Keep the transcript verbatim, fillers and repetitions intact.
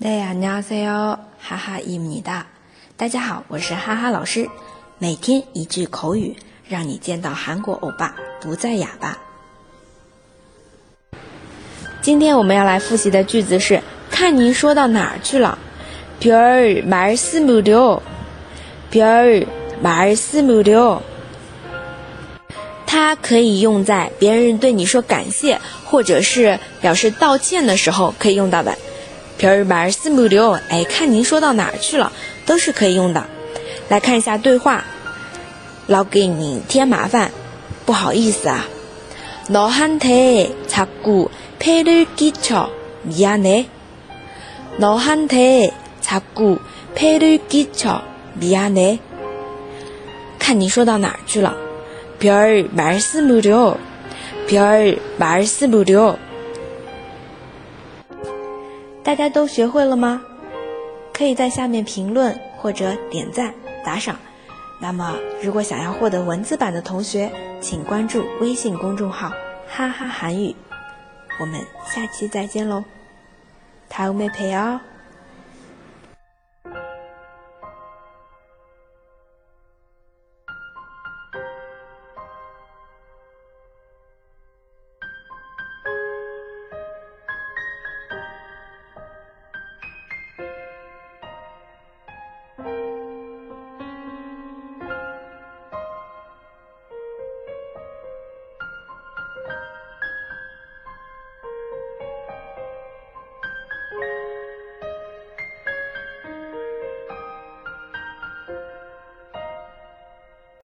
네, 안녕하세요. 하하입니다. 大家好，我是哈哈老师。每天一句口语，让你见到韩国欧巴不再哑巴。今天我们要来复习的句子是看您说到哪儿去了。별 말씀을요. 별 말씀을요. 它可以用在别人对你说感谢或者是表示道歉的时候可以用到的。별 말씀을요. 哎，看您说到哪儿去了，都是可以用的。来看一下对话。老给你添麻烦，不好意思啊。너한테 자꾸 폐를 끼쳐 미안해. 너한테 자꾸 폐를 끼쳐 미안해. 看你说到哪儿去了。별 말씀을요. 별 말씀을요. 大家都学会了吗？可以在下面评论或者点赞打赏。那么如果想要获得文字版的同学，请关注微信公众号哈哈韩语。我们下期再见喽，다음에 봬요。